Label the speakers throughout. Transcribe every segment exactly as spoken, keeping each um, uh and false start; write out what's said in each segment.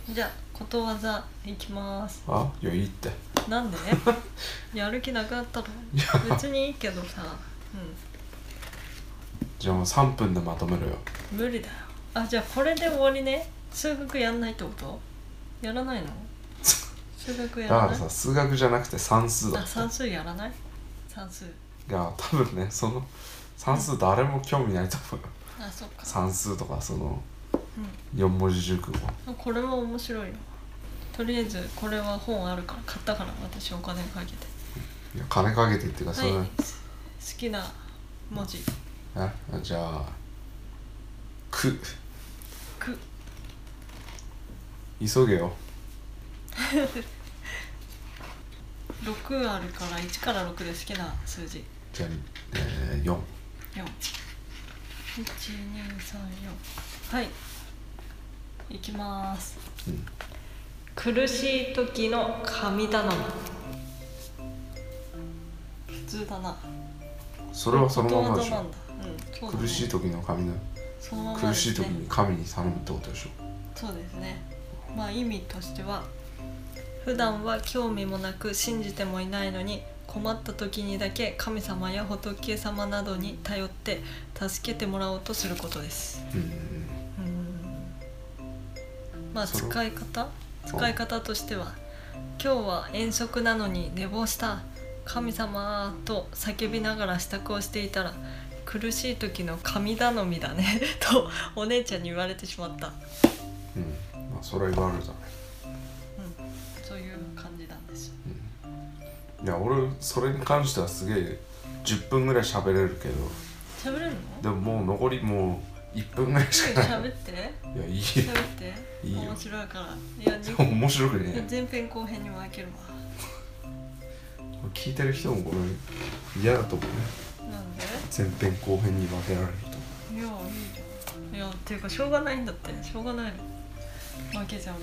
Speaker 1: じゃあことわざいきます。
Speaker 2: あ、いやいいって。
Speaker 1: なんでやる気なくなったの？別にいいけどさ、うん、
Speaker 2: じゃあもうさんぷんでまとめろよ。
Speaker 1: 無理だよ。あ、じゃあこれで終わりね。数学やんないってこと？やらないの？数学やらない？
Speaker 2: だからさ、数学じゃなくて算数だって。
Speaker 1: あ、算数やらない？算数。い
Speaker 2: や、多分ね、その算数誰も興味ないと思うよ。
Speaker 1: あ、そっか。
Speaker 2: 算数とかその、
Speaker 1: うん、
Speaker 2: よん文字熟語。
Speaker 1: これは面白いよ。とりあえずこれは本あるから買ったから、私お金かけて。
Speaker 2: いや、金かけてっていうか、それ、
Speaker 1: はい、好きな文字。
Speaker 2: え、じゃあく
Speaker 1: く
Speaker 2: 急げよ。
Speaker 1: ろくあるからいちからろくで好きな数字。
Speaker 2: じゃあ、えー、よん。
Speaker 1: よん。いちにさんよん。はい、いきます、
Speaker 2: うん、
Speaker 1: 苦しい時の神頼み。普通だな。
Speaker 2: それはそのままでしょ。
Speaker 1: うん、そうだね、
Speaker 2: 苦しい時の神の、
Speaker 1: そのままですね、
Speaker 2: 苦しい時に神に頼むってことでしょ。
Speaker 1: そうですね。まあ意味としては、普段は興味もなく信じてもいないのに、困った時にだけ神様や仏様などに頼って助けてもらおうとすることです。
Speaker 2: うん、
Speaker 1: うん、まあ使い方使い方としては、今日は遠足なのに寝坊した、神様と叫びながら支度をしていたら、苦しい時の神頼みだねとお姉ちゃんに言われてしまった。
Speaker 2: うん、まあそれは言われるだね。
Speaker 1: うん、そういう感じなんです。
Speaker 2: うん、いや、俺それに関してはすげえじゅっぷんぐらい喋れるけど。
Speaker 1: 喋れるの？
Speaker 2: でももう残りもういっぷんぐらいしかない。
Speaker 1: 喋って。いや、
Speaker 2: いいよ。
Speaker 1: 喋って
Speaker 2: いいよ。
Speaker 1: 面白いから。いや、
Speaker 2: 面白くね。
Speaker 1: 前編後編に分けるわ。
Speaker 2: 聞いてる人もこれ嫌だと思うね。
Speaker 1: なんで？
Speaker 2: 前編後編に分けられると。
Speaker 1: いや、いいじゃん。いや、っていうかしょうがないんだって。しょうがないの。負けちゃう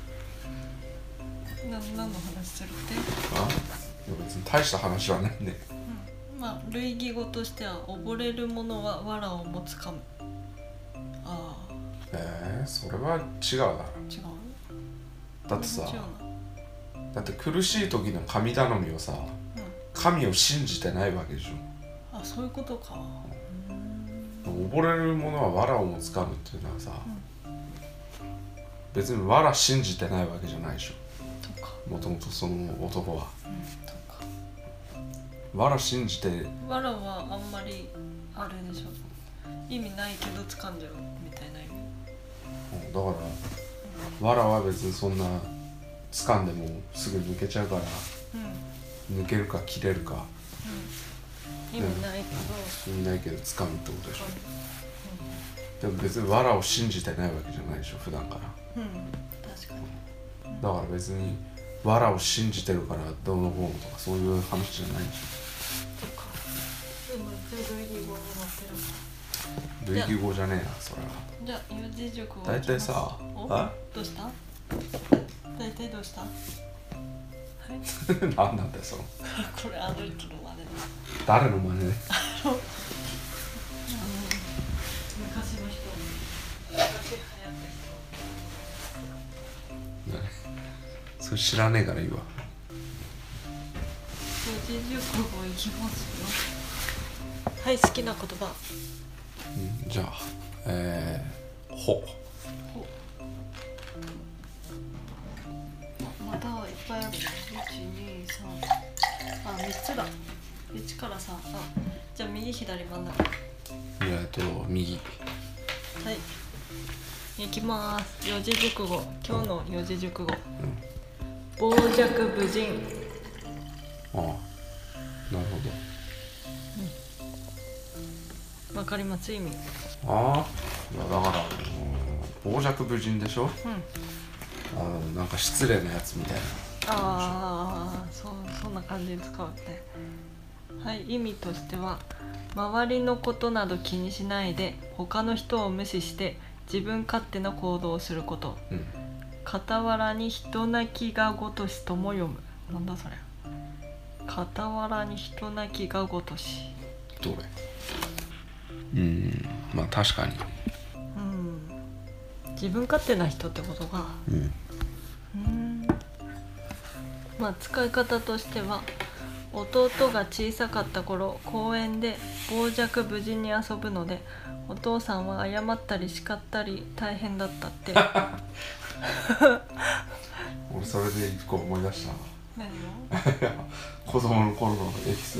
Speaker 1: の。な、何の話するって？
Speaker 2: あ、いや別に大した話はないね。
Speaker 1: うん、まあ類義語としては、溺れる者は藁をもつかむ。ああ。
Speaker 2: えー、それは違うだろ。
Speaker 1: 違う？
Speaker 2: だってさ、
Speaker 1: 違うな。
Speaker 2: だって苦しい時の神頼みをさ、うん、神を信じてないわけでしょ。
Speaker 1: あ、そういうことか。
Speaker 2: うん、溺れる者は藁をもつかむっていうのはさ、うん、別に藁信じてないわけじゃないでしょ。もともとその男は、うん、とか藁信じて。
Speaker 1: 藁はあんまりあれでしょ、意味ないけど掴んじゃうみたいな意味、
Speaker 2: うん、だから、藁は別にそんな掴んでもすぐ抜けちゃうから、うん、抜けるか切れるか、
Speaker 1: うん、意味ないけど、
Speaker 2: うん、意味ないけど掴むってことでしょ、うん、でも別に藁を信じてないわけじゃないでしょ普段から。
Speaker 1: うん、確かに。
Speaker 2: だから別に藁を信じてるからどうのこうのとかそういう話じゃないでしょ。
Speaker 1: そっか。でも類義語になってる。
Speaker 2: 類義語じゃねえなそれは。
Speaker 1: じゃあ四字熟語。
Speaker 2: 大体さ、
Speaker 1: あ、どうした？大体どうした？はい。
Speaker 2: 何なんだよその。
Speaker 1: これあの人の真似だ。
Speaker 2: 誰の真似？あの
Speaker 1: 昔の人。昔流行った人。
Speaker 2: それ知らねえからいいわ。
Speaker 1: 四字熟語いきますよ。はい、好きな言葉。
Speaker 2: うん、じゃあ、えー、ほ。ほ。
Speaker 1: まだいっぱいあるね。いち、に、さん。あ、みっつだ。いちからさん。あ、じゃあ右左真ん中。
Speaker 2: えっと右。
Speaker 1: はい。いきます。四字熟語。今日の四字熟語。うん、傍若無人。
Speaker 2: ああ、なるほど。
Speaker 1: わ、うん、かります意味。
Speaker 2: ああ、いやだから傍若無人でしょ。うん。あのなんか失礼なやつみたいな。
Speaker 1: ああ、そう、そんな感じで使うね。はい、意味としては、周りのことなど気にしないで他の人を無視して自分勝手な行動をすること。うん、傍らに人泣きがごとしとも読む。なんだそれ。傍らに人泣きがごとし。
Speaker 2: どれ？うん、まあ確かに。
Speaker 1: うん。自分勝手な人ってことが、うん、 まあ使い方としては、弟が小さかった頃公園で傍若無人に遊ぶので、お父さんは謝ったり叱ったり大変だったって
Speaker 2: 俺それで一個思い出した。
Speaker 1: 何の
Speaker 2: 子供の頃のエピソー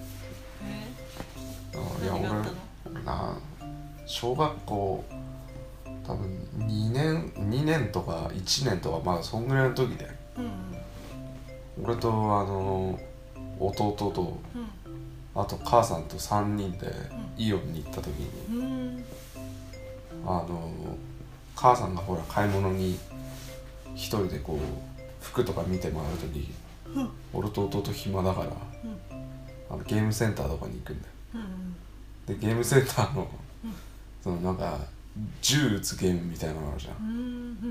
Speaker 2: ドで、
Speaker 1: え
Speaker 2: いや
Speaker 1: 何があったの？
Speaker 2: 俺な小学校多分にねんにねんとかいちねんとかまだそんぐらいの時で、
Speaker 1: うん
Speaker 2: 俺とあの弟と、
Speaker 1: うん、
Speaker 2: あと母さんとさんにんでイオンに行った時に、
Speaker 1: うん、
Speaker 2: あの母さんがほら買い物に一人でこう服とか見て回る時、
Speaker 1: うん、
Speaker 2: 俺と弟暇だから、
Speaker 1: うん、
Speaker 2: あのゲームセンターとかに行くんだよ。
Speaker 1: うん、
Speaker 2: でゲームセンターの、
Speaker 1: うん、
Speaker 2: そのなんか銃撃つゲームみたいなのあるじゃん、
Speaker 1: うん、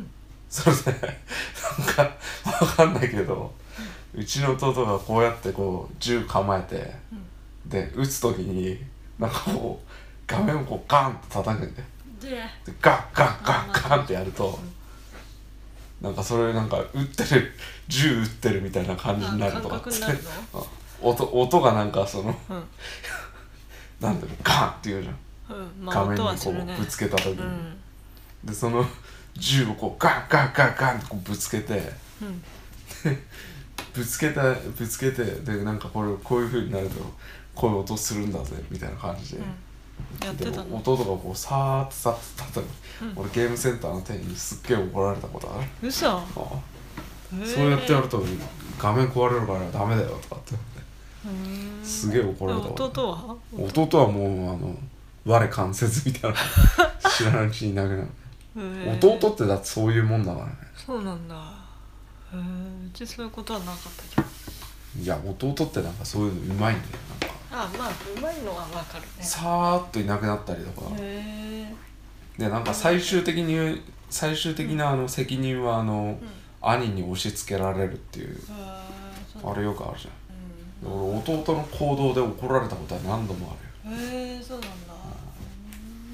Speaker 2: それでなんかわかんないけど、うちの弟がこうやってこう銃構えて、
Speaker 1: うん、
Speaker 2: で撃つ時になんかこう画面をこうガンと叩くんだよ。
Speaker 1: で、
Speaker 2: でガンガンガンガンってやると、なんかそれなんか撃ってる銃撃ってるみたいな感じになるとかっつって、音, 音がなんかその、うん、なんだろうガンって言うじゃん、うん、まあ、画面にこうぶつけた時に、うん、でその銃をこうガンガンガンガンってこうぶつけて、うん、ぶつけたぶつけてでなんかこれこういう風になるとこういう音するんだぜみたいな感じで、うん、
Speaker 1: やってたの。
Speaker 2: 弟がこうさーってさって立ったの、うん、俺ゲームセンターの店員にすっげえ怒られたことある。
Speaker 1: 嘘？ああ、
Speaker 2: そうやってやると画面壊れるからダメだよとかってすげえ怒られた。
Speaker 1: 弟は
Speaker 2: 弟はもうあの我関せずみたいな知らないうちにいなくなる。弟ってだってそういうもんだからね。
Speaker 1: そうなんだ。へえ、うちそういうことはなかったけど。
Speaker 2: いや弟ってなんかそういうのうまいんだよ。なんか
Speaker 1: ああ、まあうまいのはわかるね。
Speaker 2: さーっといなくなったりとか。へえ。でなんか最終的に最終的なあの責任はあの、うん、兄に押し付けられるっていう、あれよくあるじゃん、うん、俺弟の行動で怒られたことは何度もあるよ。
Speaker 1: へえ、そうなんだ、
Speaker 2: うん、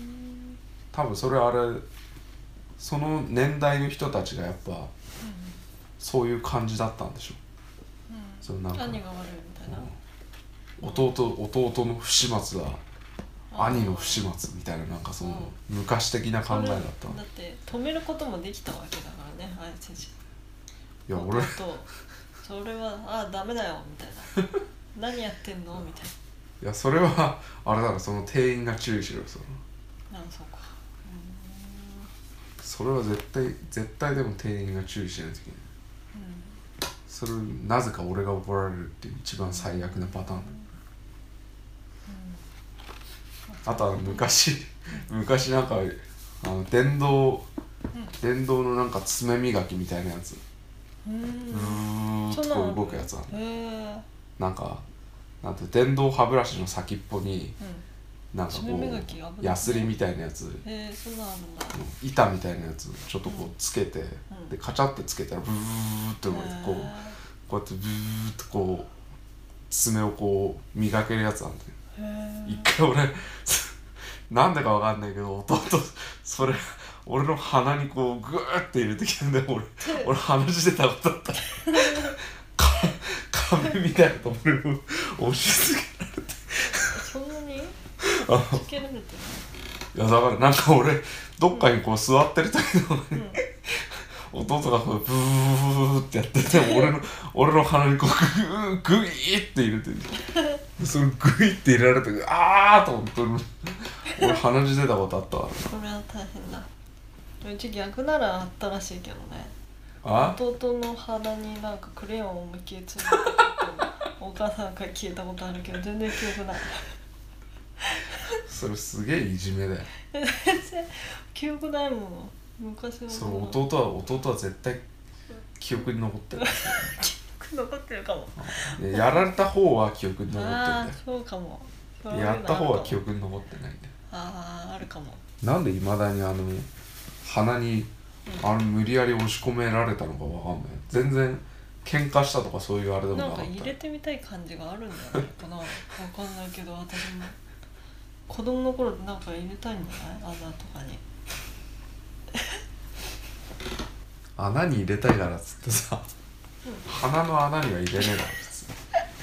Speaker 2: 多分それあれその年代の人たちがやっぱ、うん、そういう感じだったんでしょ、うん、そのなんか
Speaker 1: 兄が悪いみたいな、
Speaker 2: うん、弟、弟の不始末は兄の不始末みたいな、なんかその昔的な考えだった。
Speaker 1: だって止めることもできたわけだからね、あいつ自
Speaker 2: 身。いや俺
Speaker 1: それはあダメだよみたいな何やってんのみたいな。
Speaker 2: いやそれはあれだろ、その店員が注意しろよ。その
Speaker 1: あそうか、
Speaker 2: うーん、それは絶対絶対でも店員が注意しないといけない、うん、それなぜか俺が怒られるっていう一番最悪なパターンだ、うん、あとは昔昔なんかあの電動、うん、電動のなんか爪磨きみたいなやつ、うーんとこう動くやつある、ね、なんかなんて電動歯ブラシの先っぽに、うん、なんかこうヤスリみたいなやつ、
Speaker 1: えー、そんなあるんだ、
Speaker 2: 板みたいなやつちょっとこうつけて、うん、でカチャってつけたらブーってこう、えー、こうやってブーってこう爪をこう磨けるやつあるんだよ、えー、一回俺なんでかわかんないけど弟それ俺の鼻にこうグーって入れてきてんだよ。俺俺鼻血出たことあった壁みたいなと俺も押し付けられて
Speaker 1: そんなに押し付けられてる？
Speaker 2: いやだからなんか俺どっかにこう座ってる時の、ね、うん、弟がこうブーってやってて俺の俺の鼻にこうグーグイーって入れてるそれグイって入れられてあーと思って俺鼻血出たことあったわ。
Speaker 1: それは大変だ。うち逆ならあったらしいけどね。
Speaker 2: あ？
Speaker 1: 弟の鼻になんかクレヨンを思いっきりつけてお母さんから聞いたことあるけど全然記憶ない
Speaker 2: それすげえいじめだよ
Speaker 1: 全然記憶ないもの昔の。
Speaker 2: その弟は弟は絶対記憶に残ってる
Speaker 1: 記憶残ってるかも。
Speaker 2: やられた方は記憶に残ってるんだよ。
Speaker 1: あそうかも。
Speaker 2: やった方は記憶に残ってないんだよ。
Speaker 1: あああるかも。
Speaker 2: なんでいまだにあの鼻にあの無理やり押し込められたのかわかんない。全然喧嘩したとかそういうあれでもなかった。
Speaker 1: なんか入れてみたい感じがあるんじゃないかなわかんないけど私も子供の頃なんか入れたいんじゃない？穴とかに
Speaker 2: 穴に入れたいからっつってさ鼻の穴には入れねえだろ普通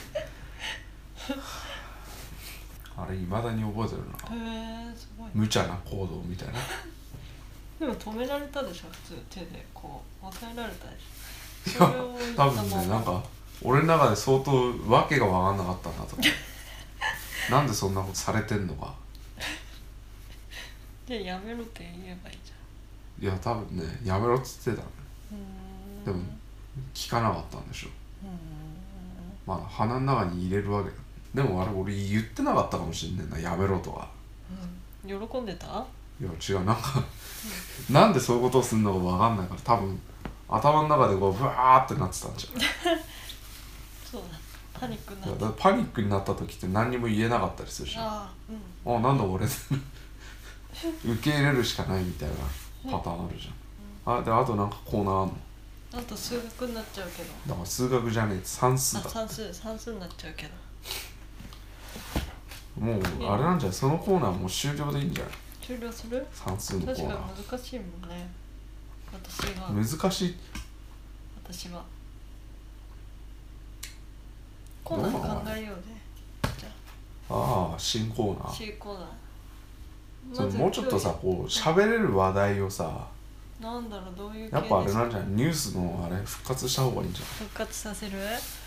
Speaker 2: あれ未だに覚えてるな。
Speaker 1: へえ、すごい。
Speaker 2: 無茶な行動みたいな。
Speaker 1: でも止められたでしょ普通、手でこう与えられたでし
Speaker 2: いや
Speaker 1: ょ。それを言った
Speaker 2: 多
Speaker 1: まま
Speaker 2: 分ねなんか俺の中で相当わけが分かんなかったんだと思うなんでそんなことされてんのか。
Speaker 1: じゃあやめろって言えばいいじ
Speaker 2: いや多分ねやめろっつってたの。
Speaker 1: ゃん。うーん
Speaker 2: でも聞かなかったんでしょ。
Speaker 1: うーん
Speaker 2: まあ鼻の中に入れるわけだ。でもあれ俺言ってなかったかもしんねえな、やめろとか。
Speaker 1: うん、喜んでた？
Speaker 2: いや違う、なんかなんでそういうことをするのか分かんないから多分頭の中でこうブワーってなってたんじゃん。
Speaker 1: そうだ、パニックになった。
Speaker 2: だからパニックになった時って何にも言えなかったりするし、あ
Speaker 1: ああ、うん。
Speaker 2: なんだ俺受け入れるしかないみたいなパターンあるじゃん。あであとなんかコーナーあんの？
Speaker 1: あと数学になっちゃうけど。
Speaker 2: だから数学じゃねえ算数
Speaker 1: あ、
Speaker 2: だ。
Speaker 1: 算数、算数になっちゃうけど。
Speaker 2: もうあれなんじゃない、そのコーナーもう終了でいいんじゃない？
Speaker 1: 終了する？
Speaker 2: 算数のコー
Speaker 1: 確
Speaker 2: ナ
Speaker 1: かに難しいもんね。私が。
Speaker 2: ー難しい。
Speaker 1: 私は。コーナー考えようぜ。じゃ
Speaker 2: ああ新コーナ
Speaker 1: あ、
Speaker 2: ー。
Speaker 1: C コーナー。
Speaker 2: それもうちょっとさこう喋れる話題をさ、
Speaker 1: なんだろう、どういう系
Speaker 2: やっぱあれ
Speaker 1: ですか？
Speaker 2: なんじゃない、ニュースのあれ復活した方がいいんじゃない？
Speaker 1: 復活させる？うん。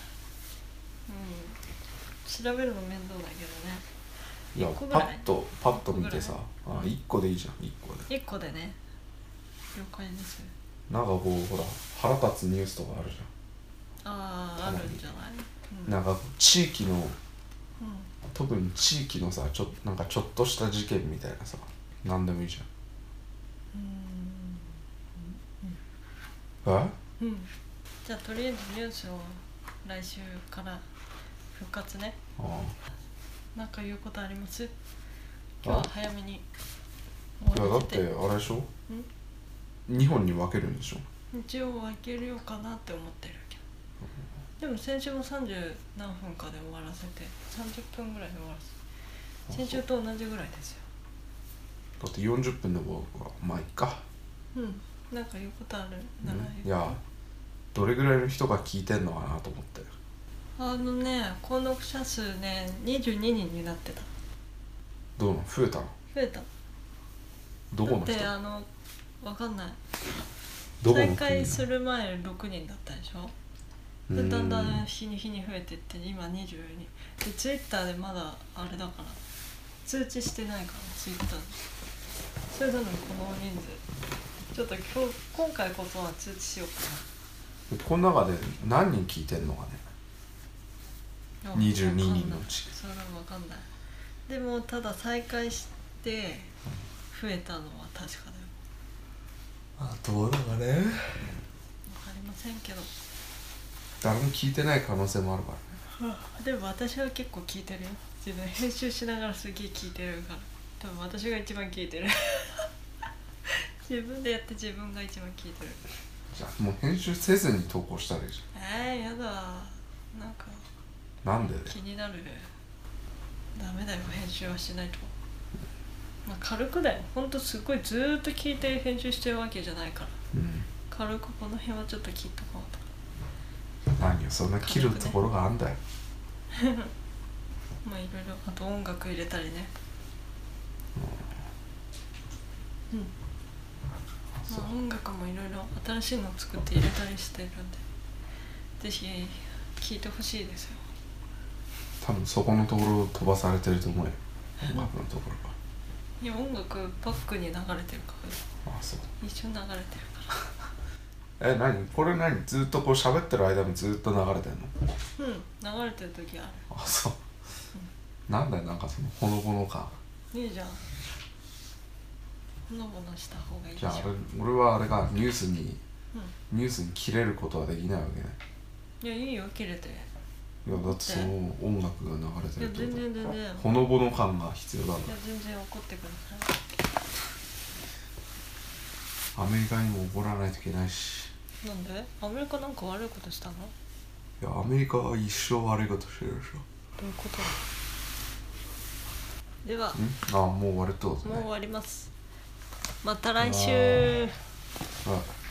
Speaker 1: 調べるの面倒だけどね。
Speaker 2: いや
Speaker 1: 一個ぐらい
Speaker 2: パッとパッと見てさ、
Speaker 1: 一個ぐらい
Speaker 2: あいっこでいいじゃん。いっこで
Speaker 1: いっこでね。了解です。
Speaker 2: なんかこうほら腹立つニュースとかあるじ
Speaker 1: ああ、あるんじゃない？
Speaker 2: ゃん。なんか地域の
Speaker 1: うん。
Speaker 2: 特に地域のさちょなんかちょっとした事件みたいなさ、なんでもいいじゃん。え
Speaker 1: うん。うん。じゃあとりあえずニュースを来週から復活ね。
Speaker 2: あ
Speaker 1: なんか言うことあります？今日は早めに
Speaker 2: あいやだってあれでしょ、にほんに分けるんでしょ。
Speaker 1: 一応分けようかなって思ってるけど、でも先週もさんじゅう何分かで終わらせてさんじゅっぷんぐらいで終わらせて、先週と同じぐらいですよ。
Speaker 2: だってよんじゅっぷんでもまあいっか。
Speaker 1: うん。なんか言うことあるなら
Speaker 2: いやどれぐらいの人が聞いてんのかなと思って。
Speaker 1: あのね、購読者数ねにじゅうににんになってた。
Speaker 2: どうなの、増えたの？
Speaker 1: 増えた。
Speaker 2: どこの人？
Speaker 1: だってあのわかんない。
Speaker 2: どこの国
Speaker 1: 再開する前ろくにんだったでしょ。でだんだん日に日に増えてって今にじゅうにでツイッターでまだあれだから通知してないからツイッターでそれなのにこの人数ちょっと今日今回こそは通知しようか
Speaker 2: この中で何人聞いてんのかね。
Speaker 1: な。
Speaker 2: にじゅうににんのうち
Speaker 1: それは分かんない。でもただ再開して増えたのは確かだよ。
Speaker 2: あどうだかね、
Speaker 1: 分かりませんけど。
Speaker 2: 誰も聞いてない可能性もあるからね。
Speaker 1: でも私は結構聞いてるよ。自分編集しながらすげえ聞いてるから多分私が一番聞いてる自分でやって自分が一番聞いてる。
Speaker 2: じゃあもう編集せずに投稿したらいいじ
Speaker 1: えー、やだ。なんか
Speaker 2: ゃん。なんでね。
Speaker 1: 気になる。ダメだよ、編集はしないと。まあ軽くだよ。ほんとすごいずーっと聞いて編集してるわけじゃないから、
Speaker 2: うん、
Speaker 1: 軽くこの辺はちょっと切っとこうとか。
Speaker 2: 何よそんな切るところがあんだよ。
Speaker 1: まあいろいろあと音楽入れたりね。うん、まあ、音楽もいろいろ新しいのを作って入れたりしてるんでぜひ聴いてほしいですよ。
Speaker 2: 多分そこのところ飛ばされてると思うよ、音楽のところが。
Speaker 1: いや音楽バックに流れてるから。
Speaker 2: ああそう。
Speaker 1: 一緒に流れてるか
Speaker 2: え何これ何ずっとこう喋ってる間もずっと流れてんの？
Speaker 1: ら。うん、流れてる時ある。
Speaker 2: あそう、うん、なんだよなんかそのほのぼの感。
Speaker 1: いいじゃん、ほのぼのした方がいいでしょ。
Speaker 2: じゃああれ俺はあれがニュースに、
Speaker 1: うん、
Speaker 2: ニュースに切れることはできないわけね。
Speaker 1: いやいいよ切れて。
Speaker 2: いやだってその音楽が流れてるって
Speaker 1: いや全然全然
Speaker 2: ことほのぼの感が必要なんだ。
Speaker 1: いや全然怒ってください。
Speaker 2: アメリカにも怒らないといけないし。
Speaker 1: なんで？アメリカなんか悪いことしたの？
Speaker 2: いやアメリカは一生悪いことしてるでしょ。
Speaker 1: どういうことでは。
Speaker 2: んああもう終わるってことね。
Speaker 1: もう終わります。また来週。
Speaker 2: ああ